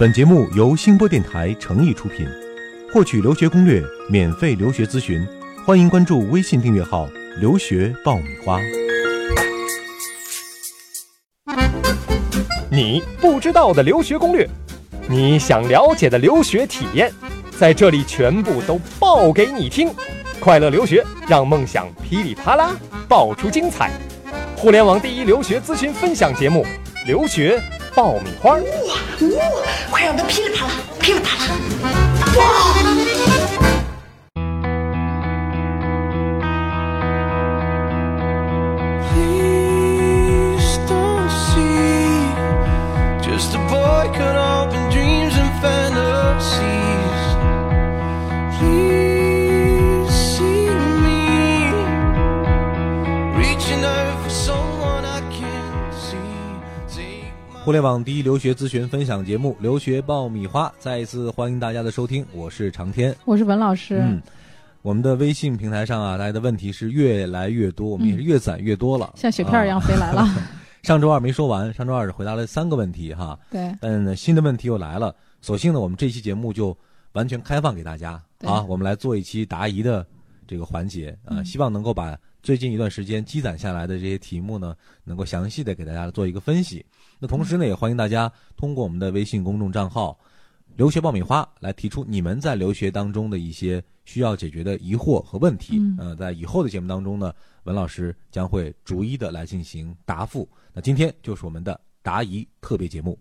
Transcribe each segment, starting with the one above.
本节目由星波电台诚意出品，获取留学攻略、免费留学咨询，欢迎关注微信订阅号“留学爆米花”。 你不知道的留学攻略，你想了解的留学体验，在这里全部都爆给你听。快乐留学，让梦想噼里啪啦爆出精彩。互联网第一留学咨询分享节目《留学爆米花》。 快让它噼里啪啦，噼里啪啦！哇！ 互联网第一留学咨询分享节目《留学爆米花》，再一次欢迎大家的收听，我是长天， 我是文老师。 我们的微信平台上啊，大家的问题是越来越多，我们也是越攒越多了， 像雪片一样飞来了。 上周二没说完，上周二回答了3个问题哈， 对， 但新的问题又来了，索性呢，我们这期节目就完全开放给大家啊，我们来做一期答疑的这个环节啊，希望能够把最近一段时间积攒下来的这些题目呢，能够详细的给大家做一个分析。那同时呢，也欢迎大家通过我们的微信公众账号留学爆米花来提出你们在留学当中的一些需要解决的疑惑和问题。在以后的节目当中呢，文老师将会逐一的来进行答复。那今天就是我们的答疑特别节目。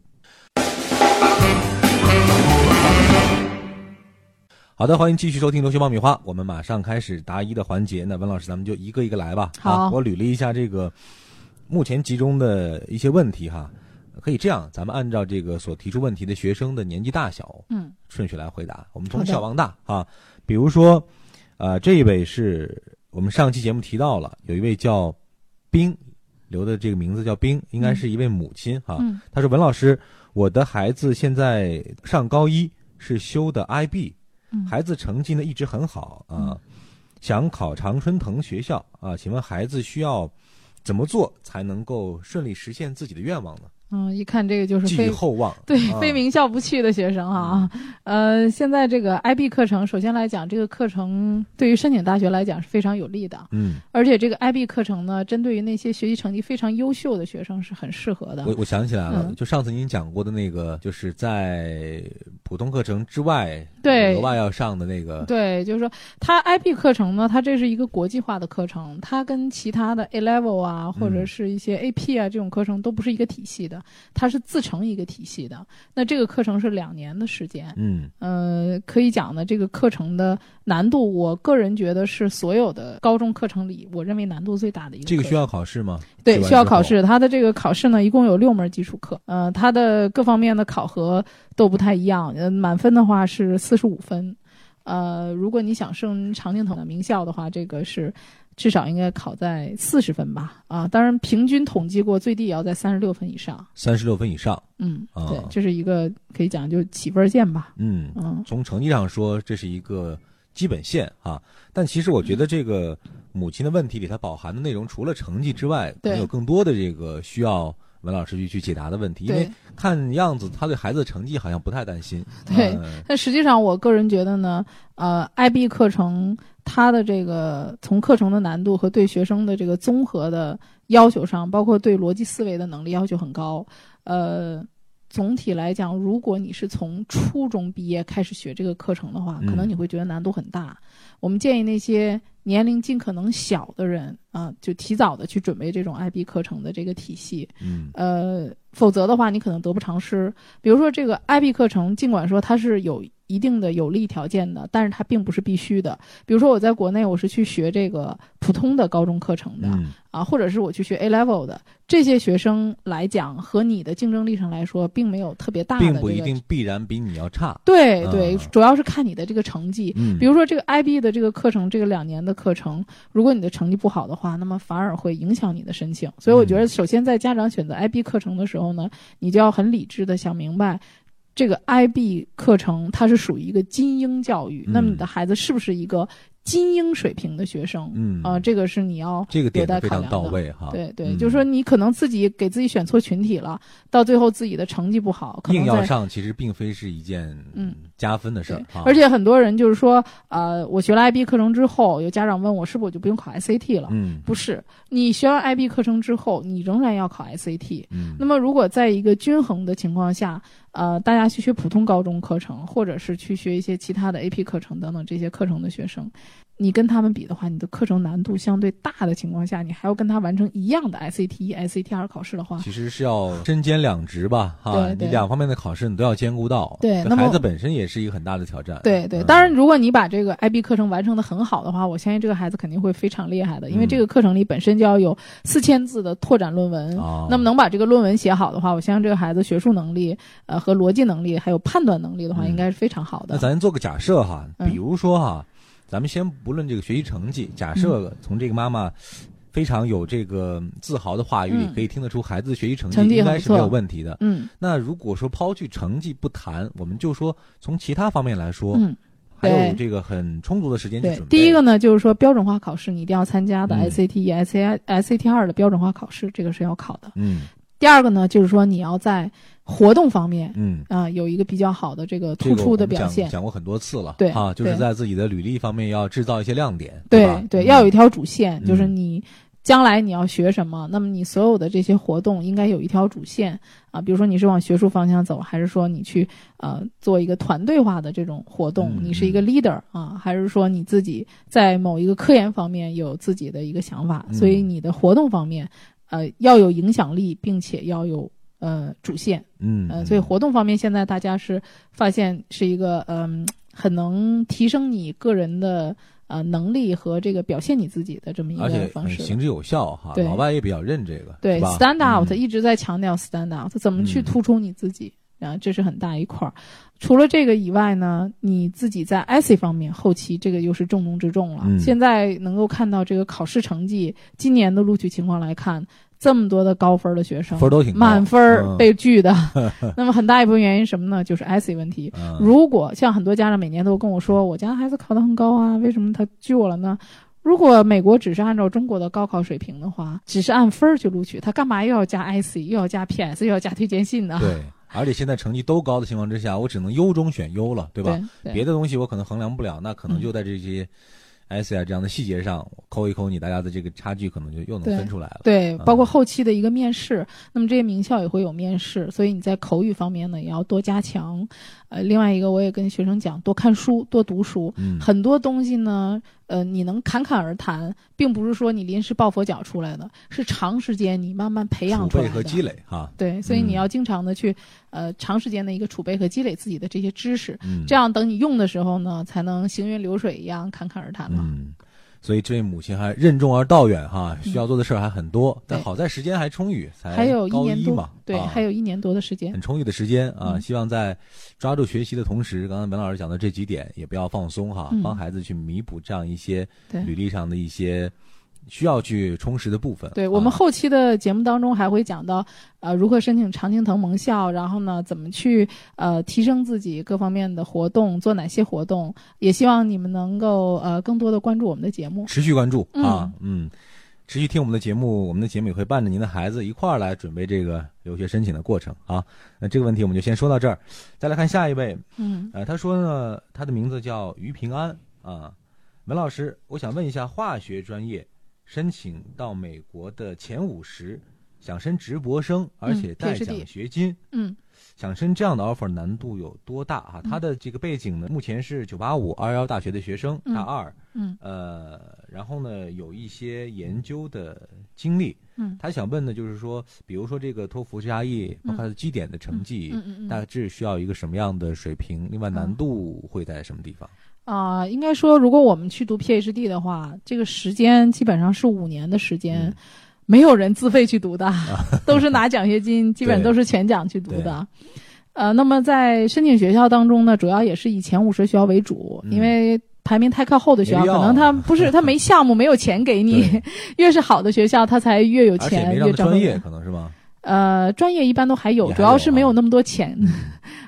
好的，欢迎继续收听留学爆米花，我们马上开始答疑的环节。那文老师，咱们就一个一个来吧。 好， 我捋了一下这个目前集中的一些问题哈，可以这样，咱们按照这个所提出问题的学生的年纪大小，顺序来回答。我们从小往大啊，比如说，这一位是我们上期节目提到了，有一位叫冰，留的这个名字叫冰，应该是一位母亲哈。他说：“文老师，我的孩子现在上高一，是修的 IB。”孩子成绩呢一直很好啊，想考常春藤学校啊，请问孩子需要怎么做才能够顺利实现自己的愿望呢？ 一看这个就是寄予厚望， 对，非名校不去的学生啊。现在这个 IB 课程，首先来讲，这个课程对于申请大学来讲是非常有利的。而且这个 IB 课程呢，针对于那些学习成绩非常优秀的学生是很适合的。 我想起来了，就上次您讲过的那个，就是在普通课程之外， 对， 额外要上的那个。 对，就是说，它 IB 课程呢，它这是一个国际化的课程，它跟其他的 A Level 啊，或者是一些 AP 啊这种课程都不是一个体系的。它是自成一个体系的，那这个课程是2年的时间。可以讲呢，这个课程的难度，我个人觉得是所有的高中课程里，我认为难度最大的一个课程。 这个需要考试吗？ 对，需要考试。它的这个考试呢，一共有6门基础课，它的各方面的考核都不太一样。满分的话是45分，如果你想升常青藤的名校的话，这个是至少应该考在40分吧，当然平均统计过，最低也要在36分以上。 36分以上， 对，这是一个可以讲就起分线吧。 从成绩上说，这是一个基本线啊。但其实我觉得这个母亲的问题里，它饱含的内容除了成绩之外，可能有更多的这个需要文老师去解答的问题，因为看样子他对孩子的成绩好像不太担心。 对，但实际上我个人觉得呢，IB 课程它的这个从课程的难度和对学生的这个综合的要求上，包括对逻辑思维的能力要求很高。总体来讲，如果你是从初中毕业开始学这个课程的话，可能你会觉得难度很大。我们建议那些年龄尽可能小的人就提早的去准备这种 IB 课程的这个体系。否则的话你可能得不偿失。比如说这个 IB 课程，尽管说它是有一定的有利条件的，但是它并不是必须的。比如说我在国内我是去学这个普通的高中课程的，或者是我去学 A Level 的，这些学生来讲和你的竞争力上来说并没有特别大的并不一定必然比你要差。 对对，主要是看你的这个成绩。比如说这个 IB 的这个课程，这个2年的课程，如果你的成绩不好的话，那么反而会影响你的申请。所以我觉得首先在家长选择 IB 课程的时候呢，你就要很理智的想明白这个 IB 课程它是属于一个精英教育，那么你的孩子是不是一个精英水平的学生，这个是你要这个点有待非常考量的。 到位哈。 对对，就是说你可能自己给自己选错群体了，到最后自己的成绩不好，可能硬要上其实并非是一件加分的事儿。 而且很多人就是说，我学了 IB 课程之后，有家长问我是不是我就不用考 SAT 了？不是，你学完 IB 课程之后，你仍然要考 SAT。那么如果在一个均衡的情况下，大家去学普通高中课程，或者是去学一些其他的 AP 课程等等这些课程的学生，你跟他们比的话，你的课程难度相对大的情况下，你还要跟他完成一样的 SAT1、SAT2 考试的话， 其实是要身兼两职吧， 对， 你两方面的考试你都要兼顾到。 对，那么孩子本身也是一个很大的挑战。 对对，当然，如果你把这个 IB 课程完成的很好的话，我相信这个孩子肯定会非常厉害的，因为这个课程里本身就要有4000字的拓展论文。那么能把这个论文写好的话，我相信这个孩子学术能力和逻辑能力还有判断能力的话，应该是非常好的。 那咱做个假设哈，比如说哈。咱们先不论这个学习成绩，假设从这个妈妈非常有这个自豪的话语里，可以听得出孩子的学习成绩应该是没有问题的。那如果说抛去成绩不谈，我们就说从其他方面来说，还有这个很充足的时间去准备。 第一个呢，就是说标准化考试你一定要参加的 SAT1、SAT2 的标准化考试，这个是要考的。第二个呢，就是说你要在活动方面，有一个比较好的这个突出的表现。 讲过很多次了， 对就是在自己的履历方面要制造一些亮点， 对吧？ 对，要有一条主线，就是你将来你要学什么，那么你所有的这些活动应该有一条主线啊，比如说你是往学术方向走，还是说你去做一个团队化的这种活动，你是一个 leader 啊，还是说你自己在某一个科研方面有自己的一个想法，所以你的活动方面要有影响力，并且要有主线。所以活动方面现在大家是发现是一个很能提升你个人的能力和这个表现你自己的这么一个方式， 而且行之有效哈。老外也比较认这个， 对是吧 ，stand out，一直在强调 stand out，怎么去突出你自己这是很大一块。除了这个以外呢，你自己在 essay 方面后期这个又是重中之重了。现在能够看到这个考试成绩，今年的录取情况来看，这么多的高分的学生， 分都挺高， 满分被拒的。那么很大一部分原因什么呢？就是 essay 问题。如果像很多家长每年都跟我说，我家孩子考得很高啊，为什么他拒我了呢？如果美国只是按照中国的高考水平的话，只是按分去录取，他干嘛又要加 IC， 又要加 PS， 又要加推荐信呢？ 对。而且现在成绩都高的情况之下，我只能优中选优了，对吧？ 对， 别的东西我可能衡量不了，那可能就在这些 essay 这样的细节上抠一抠你，大家的这个差距可能就又能分出来了。 对，包括后期的一个面试，那么这些名校也会有面试，所以你在口语方面呢也要多加强。另外一个我也跟学生讲，多看书，多读书。很多东西呢你能侃侃而谈，并不是说你临时抱佛脚出来的，是长时间你慢慢培养出来的储备和积累哈。 对，所以你要经常的去长时间的一个储备和积累自己的这些知识，这样等你用的时候呢，才能行云流水一样侃侃而谈嘛。 所以这位母亲还任重而道远哈，需要做的事儿还很多，但好在时间还充裕，才还有1年多嘛， 对，还有1年多的时间， 很充裕的时间啊。希望在抓住学习的同时，刚才文老师讲的这几点也不要放松哈，帮孩子去弥补这样一些履历上的一些需要去充实的部分。 对，我们后期的节目当中还会讲到如何申请常青藤盟校，然后呢怎么去提升自己各方面的活动，做哪些活动，也希望你们能够更多的关注我们的节目， 持续关注持续听我们的节目，我们的节目也会伴着您的孩子一块儿来准备这个留学申请的过程啊。那这个问题我们就先说到这儿，再来看下一位。他说呢，他的名字叫于平安啊。文老师，我想问一下，化学专业申请到美国的前50，想申直博生，而且带奖学金。想申这样的 offer 难度有多大啊？他的这个背景呢，目前是985、211大学的学生，大二。然后呢，有一些研究的经历。他想问的就是说，比如说这个托福、GRE，包括他的基点的成绩，大致需要一个什么样的水平？另外，难度会在什么地方？ 应该说，如果我们去读 PhD 的话，这个时间基本上是5年的时间。没有人自费去读的，都是拿奖学金，基本都是全奖去读的。那么在申请学校当中呢，主要也是以前50学校为主，因为排名太靠后的学校，可能他不是他没项目，没有钱给你，越是好的学校，他才越有钱，越专业可能是吗？ 专业一般都还有，主要是没有那么多钱。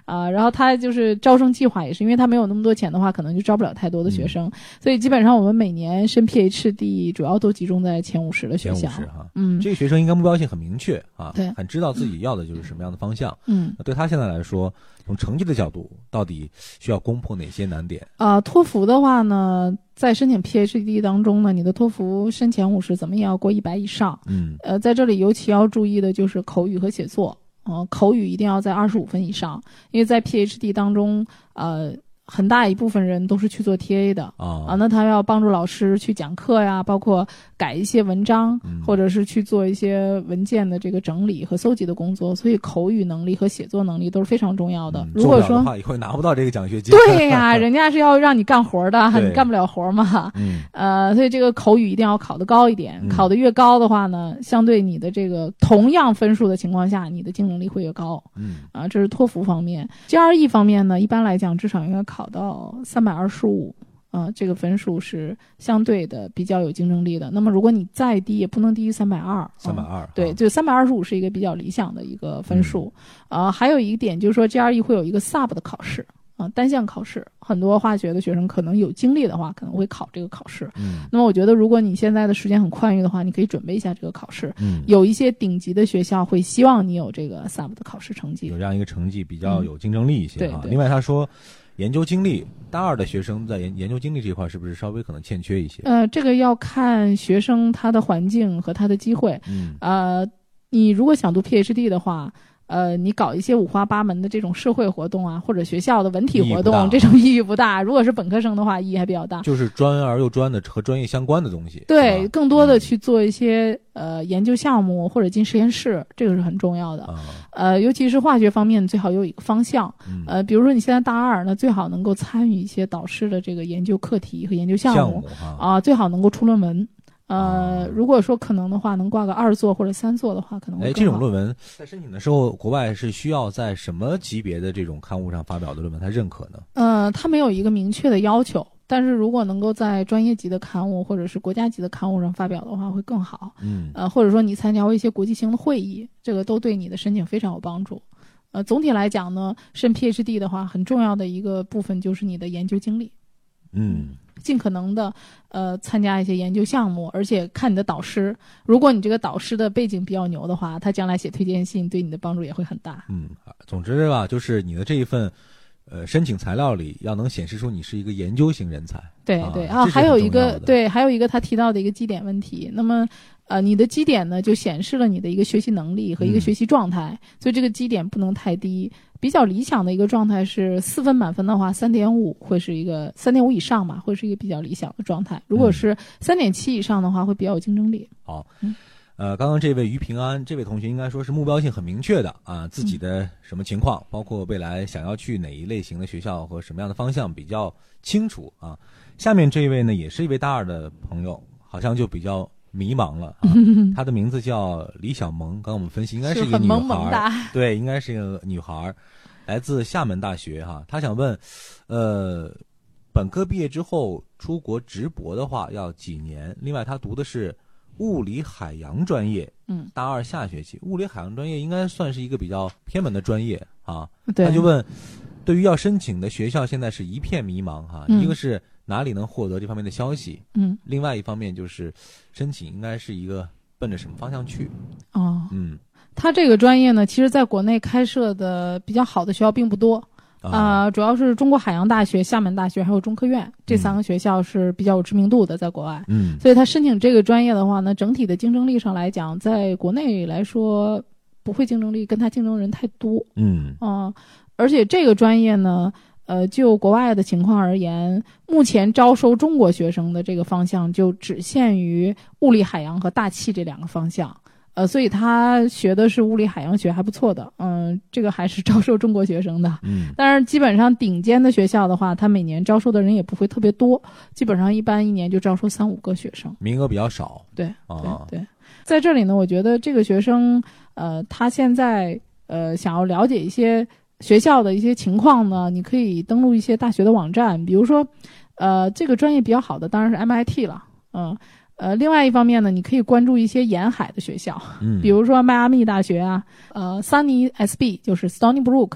然后他就是招生计划也是，因为他没有那么多钱的话，可能就招不了太多的学生，所以基本上我们每年申 PhD 主要都集中在前50的学校。 前50哈，这个学生应该目标性很明确啊， 对， 很知道自己要的就是什么样的方向。那对他现在来说，从成绩的角度，到底需要攻破哪些难点？ 托福的话呢，在申请 PhD 当中呢，你的托福申前50怎么也要过100以上。在这里尤其要注意的就是口语和写作。口语一定要在25分以上，因为在 PhD 当中，很大一部分人都是去做 TA 的那他要帮助老师去讲课呀，包括改一些文章，或者是去做一些文件的这个整理和搜集的工作，所以口语能力和写作能力都是非常重要的。如果说的话，以后拿不到这个奖学金。 对呀，人家是要让你干活的，你干不了活嘛。所以这个口语一定要考得高一点，考得越高的话呢，相对你的这个同样分数的情况下，你的竞争力会越高。这是托福方面。GRE 方面呢，一般来讲至少应该考到325。这个分数是相对的比较有竞争力的。那么如果你再低，也不能低于320。 320， 对，就325是一个比较理想的一个分数。还有一点就是说 GRE 会有一个 sub 的考试单项考试，很多化学的学生可能有精力的话，可能会考这个考试。那么我觉得如果你现在的时间很宽裕的话，你可以准备一下这个考试。有一些顶级的学校会希望你有这个 sub 的考试成绩， 有这样一个成绩比较有竞争力一些。 对。 另外他说，研究经历，大2的学生在研究经历这一块是不是稍微可能欠缺一些？ 这个要看学生他的环境和他的机会。你如果想读 PhD 的话，你搞一些五花八门的这种社会活动啊，或者学校的文体活动，这种意义不大。如果是本科生的话，意义还比较大。 就是专而又专的和专业相关的东西。 对，更多的去做一些研究项目或者进实验室，这个是很重要的。尤其是化学方面，最好有一个方向。比如说你现在大2，那最好能够参与一些导师的这个研究课题和研究项目最好能够出论文。如果说可能的话，能挂个2座或者3座的话，可能会更好。 这种论文在申请的时候，国外是需要在什么级别的这种刊物上发表的论文，它认可呢？ 它没有一个明确的要求，但是如果能够在专业级的刊物或者是国家级的刊物上发表的话，会更好。或者说你参加过一些国际性的会议，这个都对你的申请非常有帮助。总体来讲呢，申 PhD 的话，很重要的一个部分就是你的研究经历。尽可能的参加一些研究项目，而且看你的导师，如果你这个导师的背景比较牛的话，他将来写推荐信对你的帮助也会很大。 总之吧，就是你的这一份申请材料里要能显示出你是一个研究型人才。 对还有一个他提到的一个基点问题。那么你的基点呢，就显示了你的一个学习能力和一个学习状态，所以这个基点不能太低。比较理想的一个状态是4分满分的话，3.5会是一个3.5以上吧，会是一个比较理想的状态。如果是3.7以上的话，会比较有竞争力。 好，刚刚这位于平安这位同学应该说是目标性很明确的自己的什么情况，包括未来想要去哪一类型的学校和什么样的方向比较清楚下面这一位呢，也是一位大2的朋友，好像就比较迷茫了他的名字叫李小萌，刚刚我们分析应该是一个女孩， 萌萌的。 对，应该是一个女孩，来自厦门大学他想问本科毕业之后出国直博的话要几年？另外他读的是物理海洋专业，大2下学期。物理海洋专业应该算是一个比较偏门的专业他就问，对于要申请的学校现在是一片迷茫一个是哪里能获得这方面的消息，另外一方面就是申请应该是一个奔着什么方向去。 他这个专业呢，其实在国内开设的比较好的学校并不多主要是中国海洋大学、厦门大学还有中科院这3个学校是比较有知名度的，在国外。所以他申请这个专业的话呢，整体的竞争力上来讲，在国内来说不会竞争力跟他竞争人太多。而且这个专业呢，就国外的情况而言，目前招收中国学生的这个方向就只限于物理海洋和大气这2个方向。所以他学的是物理海洋学，还不错的。这个还是招收中国学生的。但是基本上顶尖的学校的话，他每年招收的人也不会特别多，基本上一般1年就招收3-5个学生， 名额比较少。 对。在这里呢，我觉得这个学生他现在想要了解一些学校的一些情况呢，你可以登录一些大学的网站，比如说这个专业比较好的当然是 MIT 了。另外一方面呢，你可以关注一些沿海的学校，比如说迈阿密大学Sunny SB，就是 Stony Brook，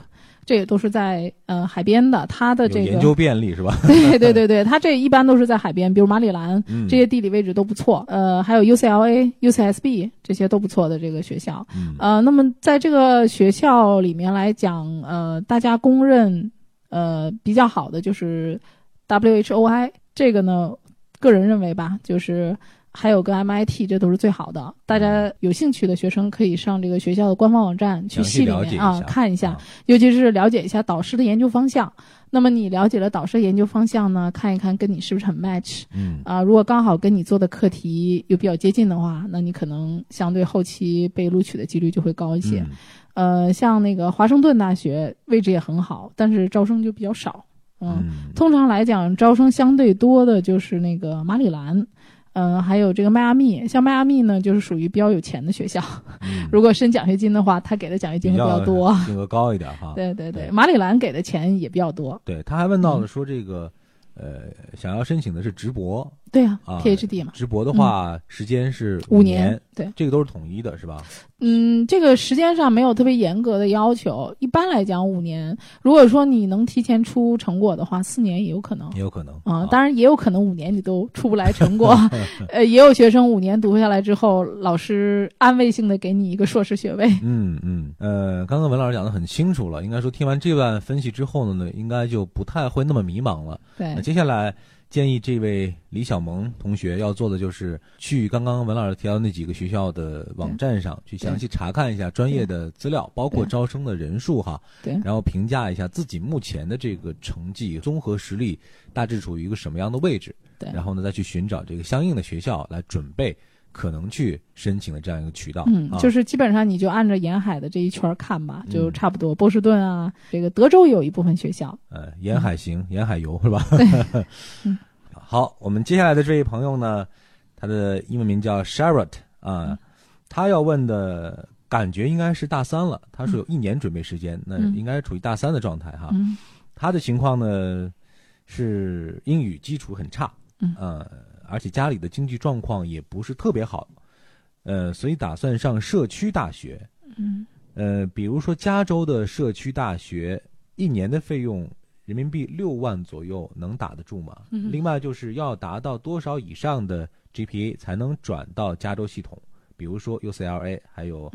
这也都是在海边的，它的这个研究便利是吧？ 对，它这一般都是在海边，比如马里兰，这些地理位置都不错。还有 UCLA、UCSB 这些都不错的这个学校。那么在这个学校里面来讲，大家公认比较好的就是 WHOI， 这个呢，个人认为吧，就是还有跟 MIT 这都是最好的。大家有兴趣的学生可以上这个学校的官方网站去系里面看一下，尤其是了解一下导师的研究方向。那么你了解了导师研究方向呢，看一看跟你是不是很 match。如果刚好跟你做的课题又比较接近的话，那你可能相对后期被录取的几率就会高一些。像那个华盛顿大学位置也很好，但是招生就比较少。通常来讲招生相对多的就是那个马里兰。还有这个迈阿密，像迈阿密呢，就是属于比较有钱的学校。如果申奖学金的话，他给的奖学金会比较多， 金额高一点哈。 对，马里兰给的钱也比较多。 对，他还问到了说这个，想要申请的是直博。 对啊，PhD 嘛。 直博的话，时间是 5年。对， 这个都是统一的，是吧？ 这个时间上没有特别严格的要求，一般来讲5年。如果说你能提前出成果的话，4年也有可能。 也有可能当然也有可能5年你都出不来成果。也有学生5年读下来之后，老师安慰性的给你一个硕士学位。 刚刚文老师讲的很清楚了，应该说听完这段分析之后呢，应该就不太会那么迷茫了。 对， 那接下来建议这位李小萌同学要做的就是去刚刚文老师提到的那几个学校的网站上去详细查看一下专业的资料，包括招生的人数哈， 对， 然后评价一下自己目前的这个成绩、综合实力大致处于一个什么样的位置， 对， 然后呢再去寻找这个相应的学校来准备可能去申请的这样一个渠道。 就是基本上你就按照沿海的这一圈看吧，就差不多。波士顿啊，这个德州有一部分学校。 沿海行，沿海游是吧？好，我们接下来的这位朋友呢，他的英文名叫 Sharot 他要问的感觉应该是大3了，他说有1年准备时间，那应该处于大3的状态哈。他的情况呢是英语基础很差，而且家里的经济状况也不是特别好，所以打算上社区大学。比如说加州的社区大学1年的费用人民币6万左右，能打得住吗？另外就是要达到多少以上的 GPA 才能转到加州系统，比如说 UCLA 还有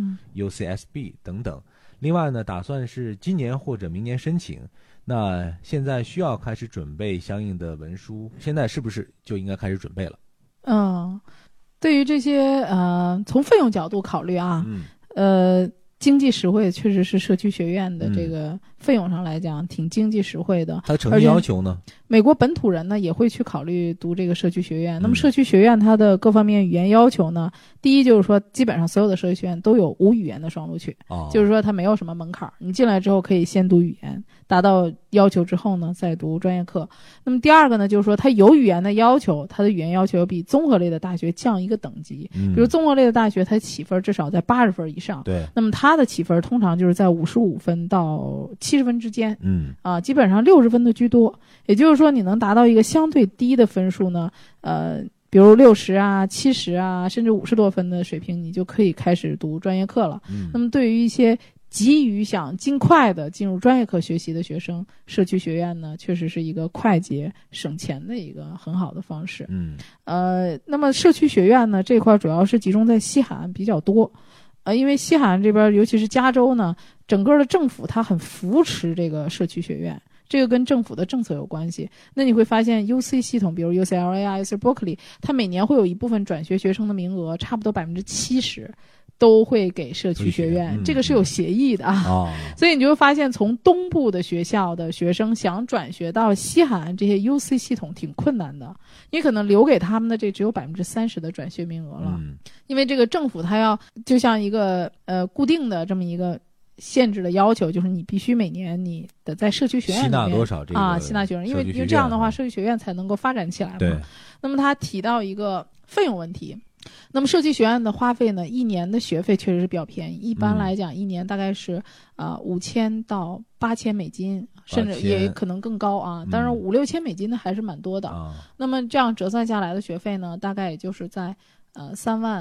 UCSB 等等。另外呢，打算是今年或者明年申请，那现在需要开始准备相应的文书，现在是不是就应该开始准备了？ 对于这些从费用角度考虑啊，经济实惠确实是社区学院的这个费用上来讲挺经济实惠的。 它的成绩要求呢？ 美国本土人呢也会去考虑读这个社区学院。那么社区学院它的各方面语言要求呢，第一就是说基本上所有的社区学院都有5语言的双录取，就是说它没有什么门槛，你进来之后可以先读语言，达到要求之后呢再读专业课。那么第二个呢，就是说它有语言的要求，它的语言要求比综合类的大学降一个等级。比如综合类的大学它起分至少在80分以上， 对， 那么它的起分通常就是在55分到70分之间，基本上60分的居多。也就是说你能达到一个相对低的分数呢，比如60啊、70啊，甚至50多分的水平，你就可以开始读专业课了。那么对于一些急于想尽快的进入专业课学习的学生，社区学院呢确实是一个快捷省钱的一个很好的方式。那么社区学院呢这块主要是集中在西海岸比较多。因为西海岸这边尤其是加州呢，整个的政府它很扶持这个社区学院，这个跟政府的政策有关系。那你会发现 UC 系统，比如 UCLA 啊 UC Berkeley， 它每年会有一部分转学学生的名额，差不多70%都会给社区学院，这个是有协议的所以你就会发现从东部的学校的学生想转学到西海岸这些 UC 系统挺困难的，你可能留给他们的这只有30%的转学名额了。因为这个政府它要就像一个固定的这么一个限制的要求，就是你必须每年你的在社区学院里面吸纳多少这个吸纳学生，因为这样的话社区学院才能够发展起来嘛。 对。 那么他提到一个费用问题，那么社区学院的花费呢，1年的学费确实是比较便宜，一般来讲1年大概是5000到8000美金，甚至也可能更高啊。当然5-6千美金的还是蛮多的。那么这样折算下来的学费呢，大概也就是在3万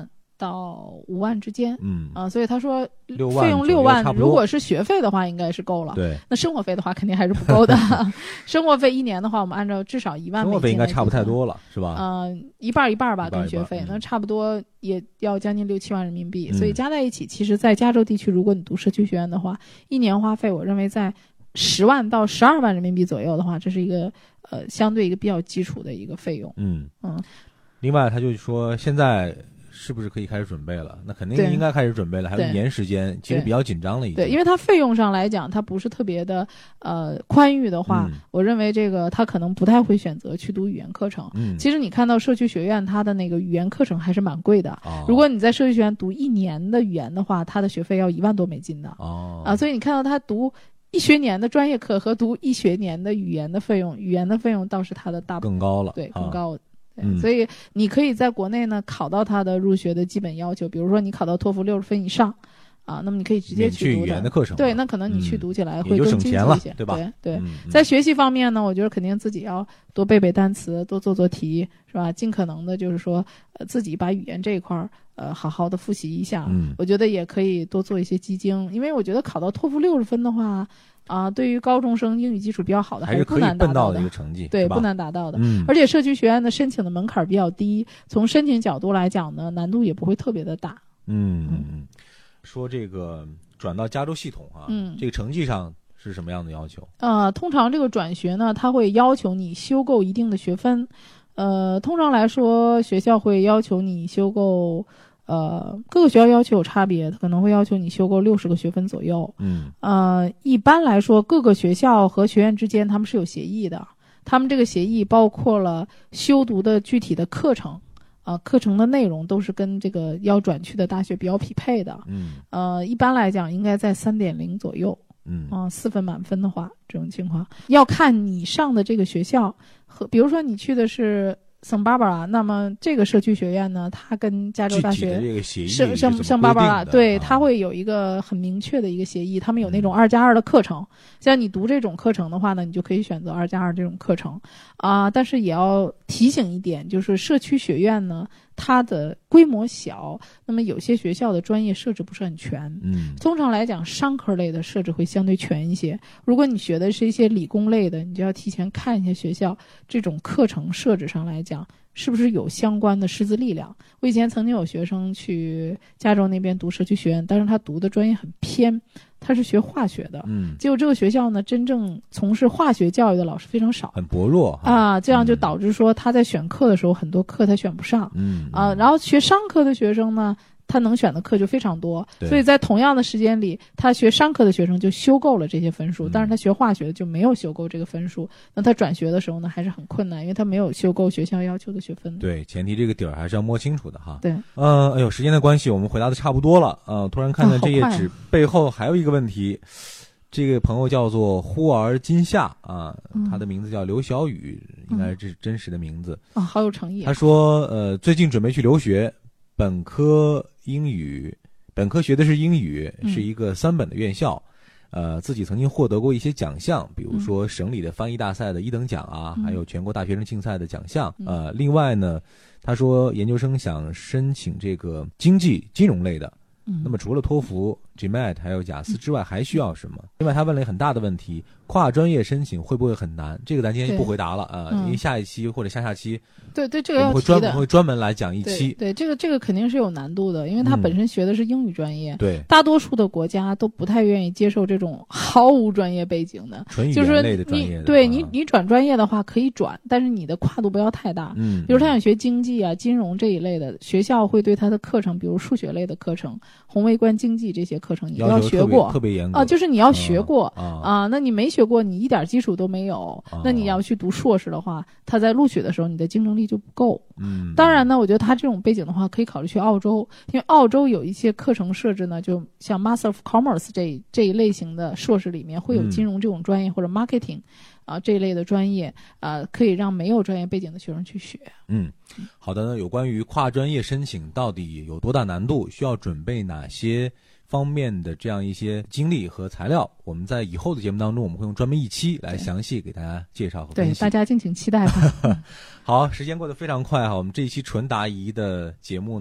到5万之间。所以他说 6 费用6万，如果是学费的话应该是够了。 对， 那生活费的话肯定还是不够的。生活费1年的话，我们按照至少1万美金。 生活费应该差不太多了，是吧？ 一半一半吧，跟学费那差不多也要将近6、7万人民币。所以加在一起，其实在加州地区，如果你读社区学院的话，1年花费我认为在10万到12万人民币左右的话，这是一个相对一个比较基础的一个费用。 另外他就说现在是不是可以开始准备了？那肯定应该开始准备了，还有1年时间，其实比较紧张了已经。 对，因为它费用上来讲，它不是特别的宽裕的话，我认为这个他可能不太会选择去读语言课程。其实你看到社区学院它的那个语言课程还是蛮贵的。如果你在社区学院读1年的语言的话，它的学费要1万多美金的。所以你看到他读1学年的专业课和读1学年的语言的费用倒是它的大更高了， 对，更高。所以你可以在国内呢考到它的入学的基本要求，比如说你考到托福60分以上那么你可以直接去读语言的课程。 对，那可能你去读起来会更经济一些， 对吧？ 对，在学习方面呢，我觉得肯定自己要多背背单词，多做做题，是吧？尽可能的就是说自己把语言这一块好好的复习一下。我觉得也可以多做一些基精，因为我觉得考到托福60分的话对于高中生英语基础比较好的还是不难达到的一个成绩， 对，不难达到的。而且社区学院的申请的门槛比较低，从申请角度来讲呢，难度也不会特别的大。 说这个转到加州系统这个成绩上是什么样的要求？ 通常这个转学呢，他会要求你修够一定的学分。通常来说，学校会要求你修够。各个学校要求有差别，可能会要求你修够60个学分左右。一般来说，各个学校和学院之间他们是有协议的，他们这个协议包括了修读的具体的课程，课程的内容都是跟这个要转去的大学比较匹配的。一般来讲应该在3.0左右。4分满分的话，这种情况要看你上的这个学校和，比如说你去的是圣巴巴拉，那么这个社区学院呢，它跟加州大学圣巴巴拉，对，它会有一个很明确的一个协议，他们有那种2+2的课程。像你读这种课程的话呢，你就可以选择2+2这种课程但是也要提醒一点，就是社区学院呢，它的规模小，那么有些学校的专业设置不是很全。通常来讲，商科类的设置会相对全一些。如果你学的是一些理工类的，你就要提前看一下学校这种课程设置上来讲是不是有相关的师资力量。我以前曾经有学生去加州那边读社区学院，但是他读的专业很偏，他是学化学的。结果这个学校呢，真正从事化学教育的老师非常少， 很薄弱这样就导致说他在选课的时候很多课他选不上。然后学商科的学生呢，他能选的课就非常多，所以在同样的时间里，他学商科的学生就修够了这些分数，但是他学化学的就没有修够这个分数。那他转学的时候呢，还是很困难，因为他没有修够学校要求的学分。 对，前提这个底儿还是要摸清楚的哈。 对， 哎呦，时间的关系，我们回答的差不多了突然看到这页纸背后还有一个问题。这个朋友叫做忽儿今夏他的名字叫刘小雨，应该是真实的名字好有诚意。 他说最近准备去留学，本科学的是英语，是一个3本的院校。自己曾经获得过一些奖项，比如说省里的翻译大赛的1等奖还有全国大学生竞赛的奖项。另外呢，他说研究生想申请这个金融类的。那么除了托福、GMAT 还有雅思之外，还需要什么？另外他问了一个很大的问题，跨专业申请会不会很难？这个咱今天就不回答了因为下一期或者下期对这个要提的， 我们会专门来讲一期。 对这个肯定是有难度的，因为他本身学的是英语专业。 对， 大多数的国家都不太愿意接受这种毫无专业背景的纯语言类的专业的。 对你转专业的话可以转，但是你的跨度不要太大。比如他想学经济金融这一类的，学校会对他的课程，比如数学类的课程、宏微观经济这些课程你都要学过， 特别严格就是你要学过那你没学过，你一点基础都没有，那你要去读硕士的话，他在录取的时候你的竞争力就不够。当然呢，我觉得他这种背景的话可以考虑去澳洲，因为澳洲有一些课程设置呢，就像 Master of Commerce 这一类型的硕士里面会有金融这种专业或者 marketing这一类的专业可以让没有专业背景的学生去学。 好的呢，有关于跨专业申请到底有多大难度，需要准备哪些方面的这样一些经历和材料，我们在以后的节目当中我们会用专门一期来详细给大家介绍和分析。 对，大家敬请期待吧。 好，时间过得非常快我们这一期纯答疑的节目呢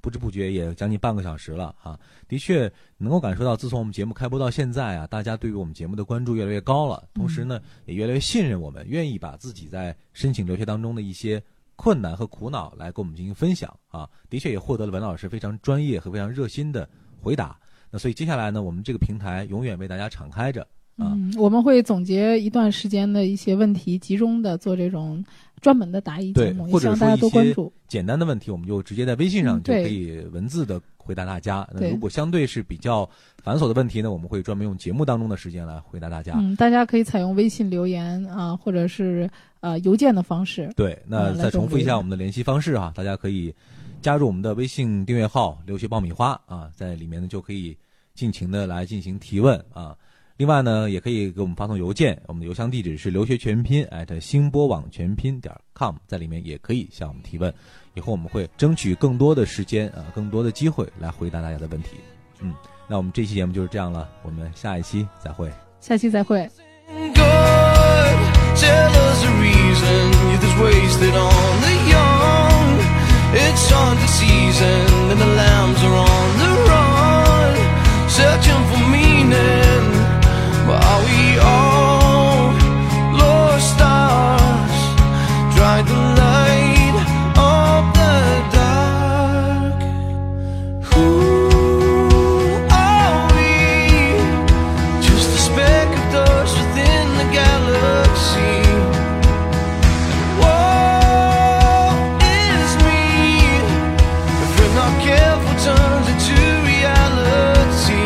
不知不觉也将近半个小时了啊。的确能够感受到，自从我们节目开播到现在啊，大家对于我们节目的关注越来越高了，同时呢也越来越信任我们，愿意把自己在申请留学当中的一些困难和苦恼来跟我们进行分享啊。的确也获得了文老师非常专业和非常热心的回答。那所以接下来呢，我们这个平台永远为大家敞开着啊。 我们会总结一段时间的一些问题，集中的做这种专门的答疑节目， 或者也希望大家多关注。 简单的问题，我们就直接在微信上就可以文字的回答大家。那如果相对是比较繁琐的问题呢，我们会专门用节目当中的时间来回答大家。 大家可以采用微信留言啊，或者是邮件的方式。 对，那再重复一下我们的联系方式哈，大家可以加入我们的微信订阅号“留学爆米花”啊，在里面呢就可以尽情的来进行提问啊。另外呢，也可以给我们发送邮件，我们的邮箱地址是留学全拼星波网全拼.com， 在里面也可以向我们提问。以后我们会争取更多的时间更多的机会来回答大家的问题。那我们这期节目就是这样了，我们下一期再会。 下期再会。 Searching for meaning, but are we all lost stars? Try the light of the dark. Who are we? Just a speck of dust within the galaxy. And what is me? If we're not careful, turns into reality.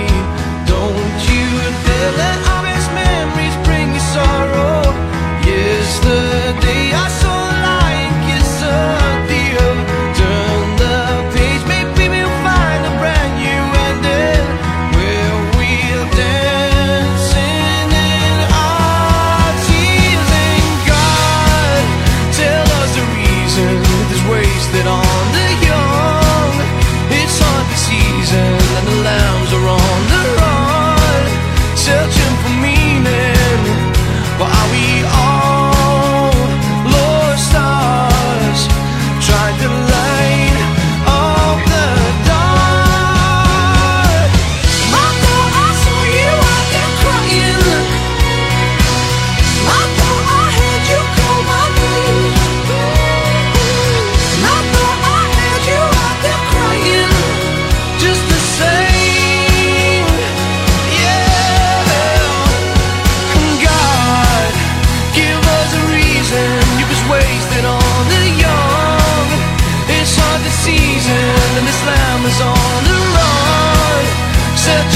Let our best memories bring you sorrow. Yesterday I saw a lion kiss a deer. Turn the page, maybe we'll find a brand new ending where we're dancing in our tears. And God, tell us the reason this wasted on the young. It's hard this season and the lambs are on the run, searching for meaning, but are we all lost stars? Try the light of the dark. I thought I saw you out there crying. I thought I heard you call my name. I thought I heard you out there crying, just the same. Wasted on the young. It's hard to season, and this lamb is on the run.